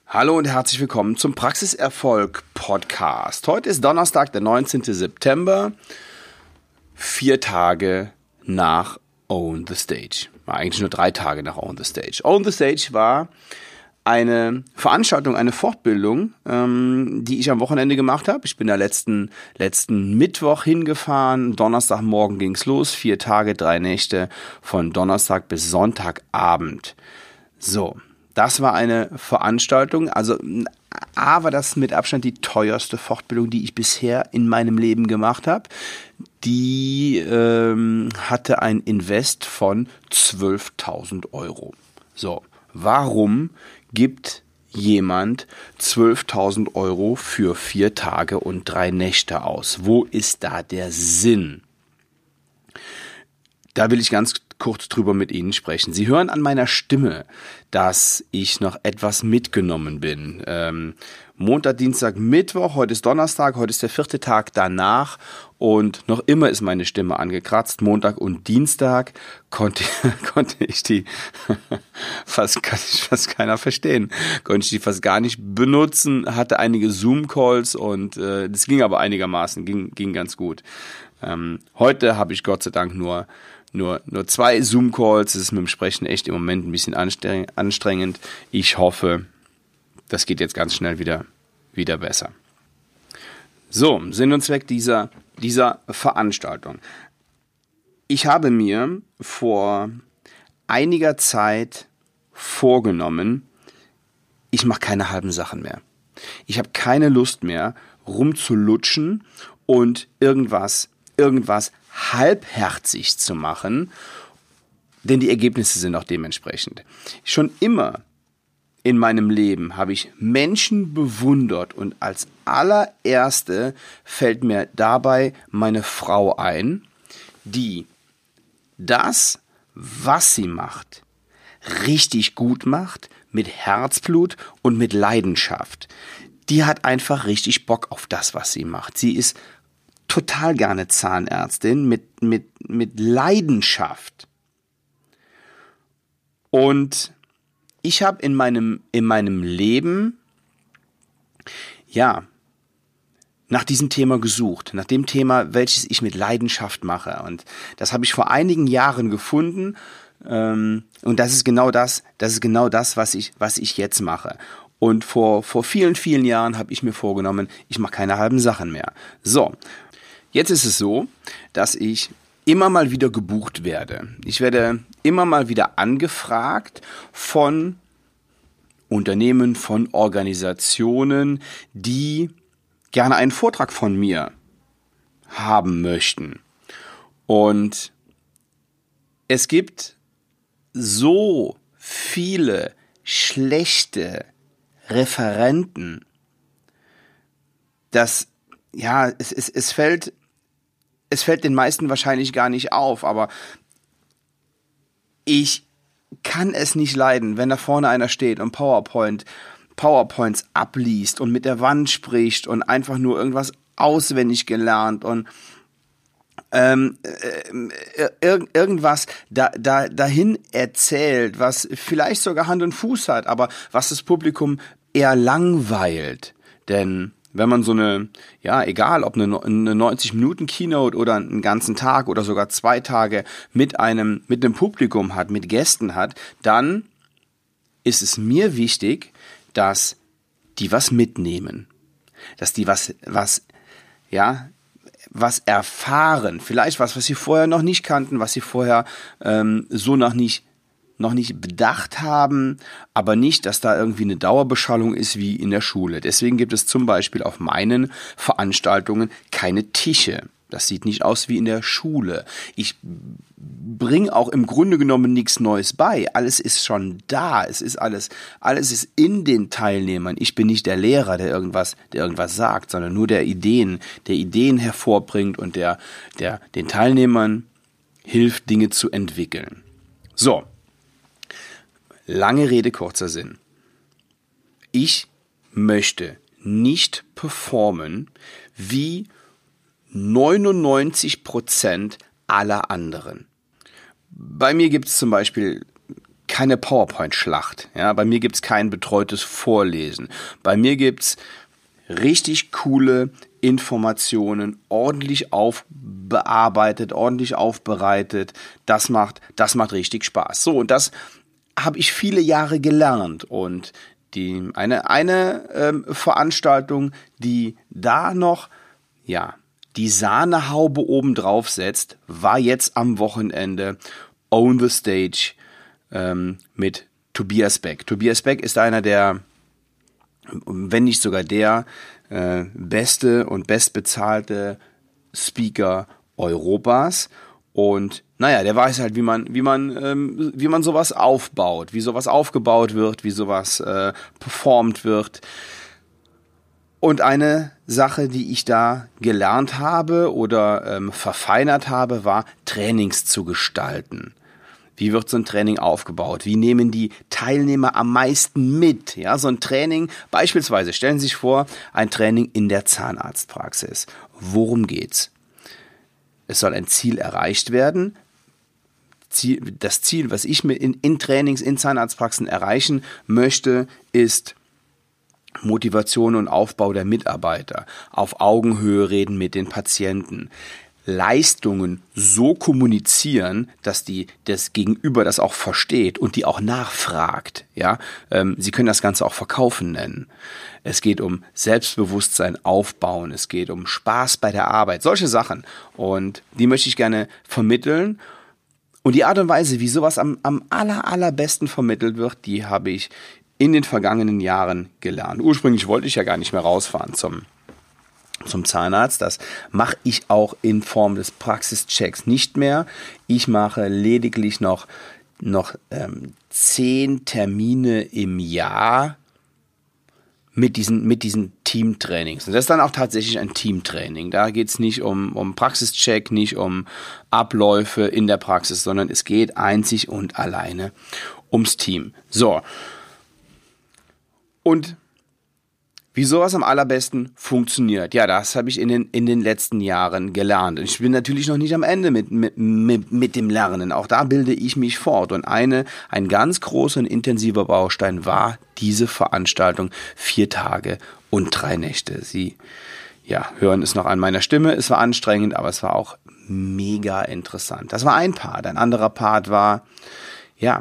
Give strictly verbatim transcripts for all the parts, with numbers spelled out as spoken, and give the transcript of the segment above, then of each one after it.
Hallo und herzlich willkommen zum Praxiserfolg Podcast. Heute ist Donnerstag, der neunzehnten September, vier Tage nach Own the Stage. War eigentlich nur drei Tage nach Own the Stage. Own the Stage war eine Veranstaltung, eine Fortbildung, ähm, die ich am Wochenende gemacht habe. Ich bin da letzten, letzten Mittwoch hingefahren. Donnerstagmorgen ging's los. Vier Tage, drei Nächte von Donnerstag bis Sonntagabend. So. Das war eine Veranstaltung, also A, war das mit Abstand die teuerste Fortbildung, die ich bisher in meinem Leben gemacht habe. Die ähm, hatte ein Invest von zwölftausend Euro. So, warum gibt jemand zwölftausend Euro für vier Tage und drei Nächte aus? Wo ist da der Sinn? Da will ich ganz kurz drüber mit Ihnen sprechen. Sie hören an meiner Stimme, dass ich noch etwas mitgenommen bin. Ähm, Montag, Dienstag, Mittwoch, heute ist Donnerstag, heute ist der vierte Tag danach und noch immer ist meine Stimme angekratzt. Montag und Dienstag konnte, konnte ich die fast, kann ich fast keiner verstehen, konnte ich die fast gar nicht benutzen, hatte einige Zoom-Calls und äh, das ging aber einigermaßen, ging, ging ganz gut. Ähm, heute habe ich Gott sei Dank nur Nur, nur zwei Zoom-Calls. Das ist mit dem Sprechen echt im Moment ein bisschen anstrengend. Ich hoffe, das geht jetzt ganz schnell wieder, wieder besser. So, Sinn und Zweck dieser, dieser Veranstaltung. Ich habe mir vor einiger Zeit vorgenommen, ich mache keine halben Sachen mehr. Ich habe keine Lust mehr, rumzulutschen und irgendwas, irgendwas halbherzig zu machen, denn die Ergebnisse sind auch dementsprechend. Schon immer in meinem Leben habe ich Menschen bewundert und als allererste fällt mir dabei meine Frau ein, die das, was sie macht, richtig gut macht, mit Herzblut und mit Leidenschaft. Die hat einfach richtig Bock auf das, was sie macht. Sie ist total gerne Zahnärztin mit, mit, mit Leidenschaft. Und ich habe in meinem, in meinem Leben, ja, nach diesem Thema gesucht, nach dem Thema, welches ich mit Leidenschaft mache. Und das habe ich vor einigen Jahren gefunden. Ähm, und das ist genau das, das ist genau das, was ich, was ich jetzt mache. Und vor, vor vielen, vielen Jahren habe ich mir vorgenommen, ich mache keine halben Sachen mehr. So. Jetzt ist es so, dass ich immer mal wieder gebucht werde. Ich werde immer mal wieder angefragt von Unternehmen, von Organisationen, die gerne einen Vortrag von mir haben möchten. Und es gibt so viele schlechte Referenten, dass ja, es, es, es fällt Es fällt den meisten wahrscheinlich gar nicht auf, aber ich kann es nicht leiden, wenn da vorne einer steht und PowerPoint, PowerPoints abliest und mit der Wand spricht und einfach nur irgendwas auswendig gelernt und ähm, äh, ir- irgendwas da, da, dahin erzählt, was vielleicht sogar Hand und Fuß hat, aber was das Publikum eher langweilt. Denn wenn man so eine, ja, egal, ob eine, eine neunzig Minuten Keynote oder einen ganzen Tag oder sogar zwei Tage mit einem, mit einem Publikum hat, mit Gästen hat, dann ist es mir wichtig, dass die was mitnehmen. Dass die was, was, ja, was erfahren. Vielleicht was, was sie vorher noch nicht kannten, was sie vorher ähm, so noch nicht noch nicht bedacht haben, aber nicht, dass da irgendwie eine Dauerbeschallung ist wie in der Schule. Deswegen gibt es zum Beispiel auf meinen Veranstaltungen keine Tische. Das sieht nicht aus wie in der Schule. Ich bringe auch im Grunde genommen nichts Neues bei. Alles ist schon da. Es ist alles, alles ist in den Teilnehmern. Ich bin nicht der Lehrer, der irgendwas, der irgendwas sagt, sondern nur der Ideen, der Ideen hervorbringt und der, der den Teilnehmern hilft, Dinge zu entwickeln. So. Lange Rede, kurzer Sinn. Ich möchte nicht performen wie neunundneunzig Prozent aller anderen. Bei mir gibt es zum Beispiel keine PowerPoint-Schlacht. Ja, bei mir gibt's kein betreutes Vorlesen. Bei mir gibt's richtig coole Informationen, ordentlich aufbearbeitet, ordentlich aufbereitet. Das macht, das macht richtig Spaß. So, und das habe ich viele Jahre gelernt. Und die eine eine ähm, Veranstaltung, die da noch, ja, die Sahnehaube oben drauf setzt, war jetzt am Wochenende Own the Stage ähm, mit Tobias Beck. Tobias Beck ist einer der, wenn nicht sogar der äh, beste und bestbezahlte Speaker Europas. Und naja, der weiß halt, wie man, wie man, ähm, wie man sowas aufbaut, wie sowas aufgebaut wird, wie sowas äh, performt wird. Und eine Sache, die ich da gelernt habe oder ähm, verfeinert habe, war Trainings zu gestalten. Wie wird so ein Training aufgebaut? Wie nehmen die Teilnehmer am meisten mit? Ja, so ein Training, beispielsweise, stellen Sie sich vor, ein Training in der Zahnarztpraxis. Worum geht's? Es soll ein Ziel erreicht werden. Ziel, das Ziel, was ich mit in, in Trainings, in Zahnarztpraxen erreichen möchte, ist Motivation und Aufbau der Mitarbeiter. Auf Augenhöhe reden mit den Patienten. Leistungen so kommunizieren, dass die das Gegenüber das auch versteht und die auch nachfragt. Ja, ähm, Sie können das Ganze auch Verkaufen nennen. Es geht um Selbstbewusstsein aufbauen. Es geht um Spaß bei der Arbeit. Solche Sachen. Und die möchte ich gerne vermitteln. Und die Art und Weise, wie sowas am, am aller, allerbesten vermittelt wird, die habe ich in den vergangenen Jahren gelernt. Ursprünglich wollte ich ja gar nicht mehr rausfahren zum zum Zahnarzt. Das mache ich auch in Form des Praxischecks nicht mehr. Ich mache lediglich noch, noch ähm, zehn Termine im Jahr mit diesen, mit diesen Teamtrainings. Und das ist dann auch tatsächlich ein Teamtraining. Da geht es nicht um, um Praxischeck, nicht um Abläufe in der Praxis, sondern es geht einzig und alleine ums Team. So. Und wie sowas am allerbesten funktioniert, ja, das habe ich in den, in den letzten Jahren gelernt. Und ich bin natürlich noch nicht am Ende mit, mit, mit, mit dem Lernen. Auch da bilde ich mich fort. Und eine, ein ganz großer und intensiver Baustein war diese Veranstaltung, vier Tage und drei Nächte. Sie, ja, hören es noch an meiner Stimme. Es war anstrengend, aber es war auch mega interessant. Das war ein Part. Ein anderer Part war, ja,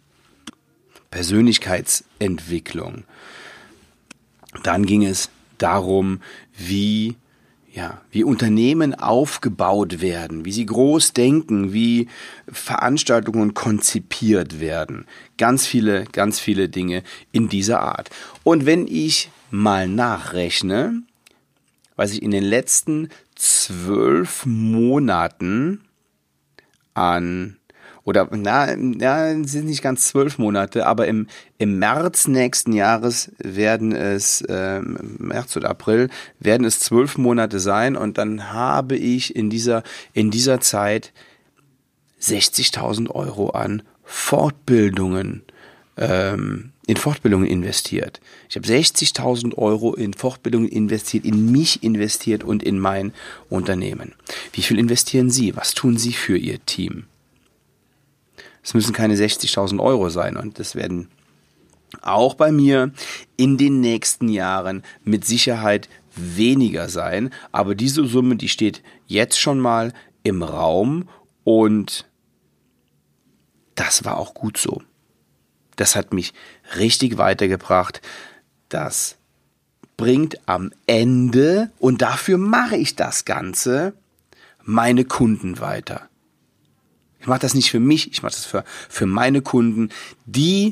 Persönlichkeitsentwicklung. Dann ging es darum, wie, ja, wie Unternehmen aufgebaut werden, wie sie groß denken, wie Veranstaltungen konzipiert werden. Ganz viele, ganz viele Dinge in dieser Art. Und wenn ich mal nachrechne, was ich in den letzten zwölf Monaten an Oder, na, na, es sind nicht ganz zwölf Monate, aber im, im März nächsten Jahres werden es, ähm, März oder April, werden es zwölf Monate sein und dann habe ich in dieser, in dieser Zeit sechzigtausend Euro an Fortbildungen, ähm, in Fortbildungen investiert. Ich habe sechzigtausend Euro in Fortbildungen investiert, in mich investiert und in mein Unternehmen. Wie viel investieren Sie? Was tun Sie für Ihr Team? Es müssen keine sechzigtausend Euro sein und das werden auch bei mir in den nächsten Jahren mit Sicherheit weniger sein. Aber diese Summe, die steht jetzt schon mal im Raum und das war auch gut so. Das hat mich richtig weitergebracht. Das bringt am Ende, und dafür mache ich das Ganze, meine Kunden weiter. Ich mache das nicht für mich, ich mache das für, für meine Kunden, die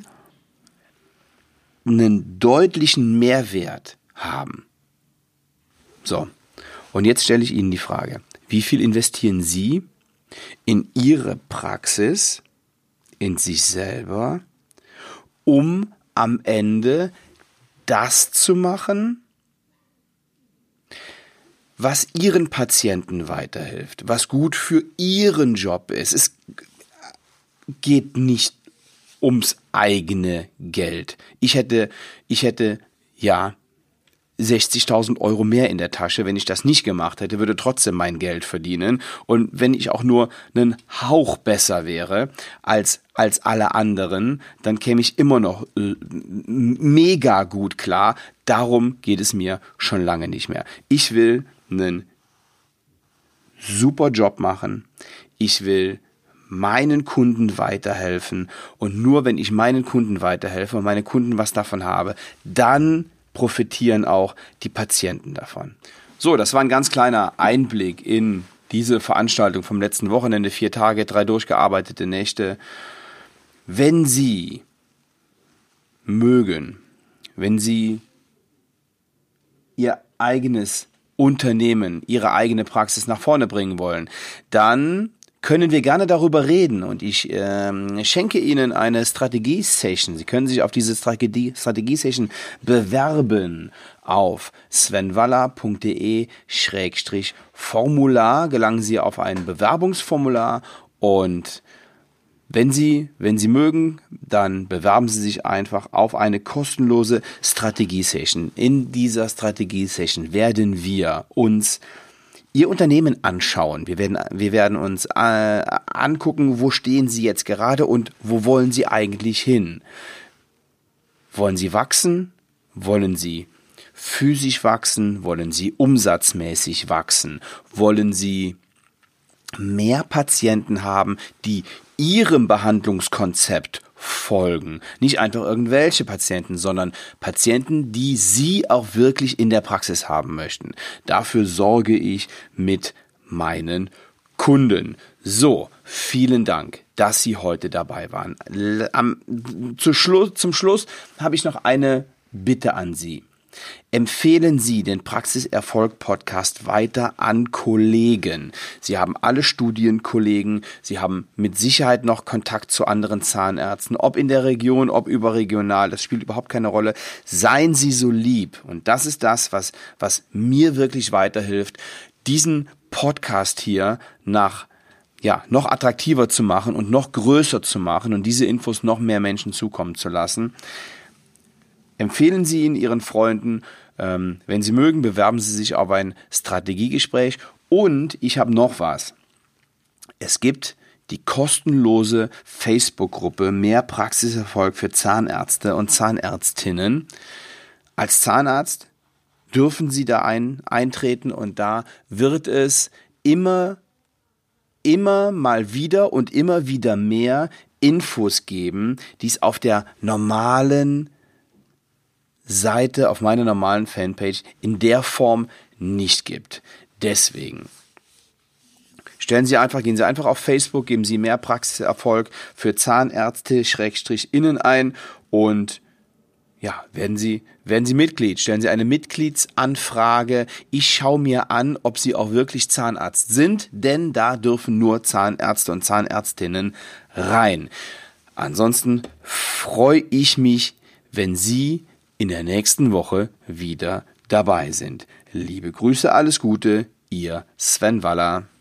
einen deutlichen Mehrwert haben. So, und jetzt stelle ich Ihnen die Frage, wie viel investieren Sie in Ihre Praxis, in sich selber, um am Ende das zu machen, was Ihren Patienten weiterhilft, was gut für Ihren Job ist. Es geht nicht ums eigene Geld. Ich hätte, ich hätte, ja, sechzigtausend Euro mehr in der Tasche. Wenn ich das nicht gemacht hätte, würde trotzdem mein Geld verdienen. Und wenn ich auch nur einen Hauch besser wäre als, als alle anderen, dann käme ich immer noch äh, mega gut klar. Darum geht es mir schon lange nicht mehr. Ich will einen super Job machen. Ich will meinen Kunden weiterhelfen. Und nur wenn ich meinen Kunden weiterhelfe und meine Kunden was davon habe, dann profitieren auch die Patienten davon. So, das war ein ganz kleiner Einblick in diese Veranstaltung vom letzten Wochenende. Vier Tage, drei durchgearbeitete Nächte. Wenn Sie mögen, wenn Sie Ihr eigenes Unternehmen, Ihre eigene Praxis nach vorne bringen wollen, dann können wir gerne darüber reden und ich ähm, schenke Ihnen eine Strategie-Session. Sie können sich auf diese Strategie-Session bewerben auf svenwaller punkt de Schrägstrich Formular. Gelangen Sie auf ein Bewerbungsformular und wenn Sie, wenn Sie mögen, dann bewerben Sie sich einfach auf eine kostenlose Strategie-Session. In dieser Strategie-Session werden wir uns Ihr Unternehmen anschauen. Wir werden, wir werden uns äh, angucken, wo stehen Sie jetzt gerade und wo wollen Sie eigentlich hin? Wollen Sie wachsen? Wollen Sie physisch wachsen? Wollen Sie umsatzmäßig wachsen? Wollen Sie mehr Patienten haben, die Ihrem Behandlungskonzept folgen? Nicht einfach irgendwelche Patienten, sondern Patienten, die Sie auch wirklich in der Praxis haben möchten. Dafür sorge ich mit meinen Kunden. So, vielen Dank, dass Sie heute dabei waren. Am, zu Schluss, zum Schluss habe ich noch eine Bitte an Sie. Empfehlen Sie den Praxiserfolg-Podcast weiter an Kollegen. Sie haben alle Studienkollegen, Sie haben mit Sicherheit noch Kontakt zu anderen Zahnärzten, ob in der Region, ob überregional, das spielt überhaupt keine Rolle. Seien Sie so lieb, und das ist das, was, was mir wirklich weiterhilft, diesen Podcast hier nach ja, noch attraktiver zu machen und noch größer zu machen und diese Infos noch mehr Menschen zukommen zu lassen. Empfehlen Sie ihn Ihren Freunden. Ähm, wenn Sie mögen, bewerben Sie sich auf ein Strategiegespräch. Und ich habe noch was. Es gibt die kostenlose Facebook-Gruppe Mehr Praxiserfolg für Zahnärzte und Zahnärztinnen. Als Zahnarzt dürfen Sie da ein, eintreten und da wird es immer, immer mal wieder und immer wieder mehr Infos geben, die es auf der normalen Seite, auf meiner normalen Fanpage in der Form nicht gibt. Deswegen stellen Sie einfach, gehen Sie einfach auf Facebook, geben Sie Mehr Praxiserfolg für Zahnärzte-Innen ein und ja, werden Sie, werden Sie Mitglied, stellen Sie eine Mitgliedsanfrage. Ich schaue mir an, ob Sie auch wirklich Zahnarzt sind, denn da dürfen nur Zahnärzte und Zahnärztinnen rein. Ansonsten freue ich mich, wenn Sie in der nächsten Woche wieder dabei sind. Liebe Grüße, alles Gute, Ihr Sven Waller.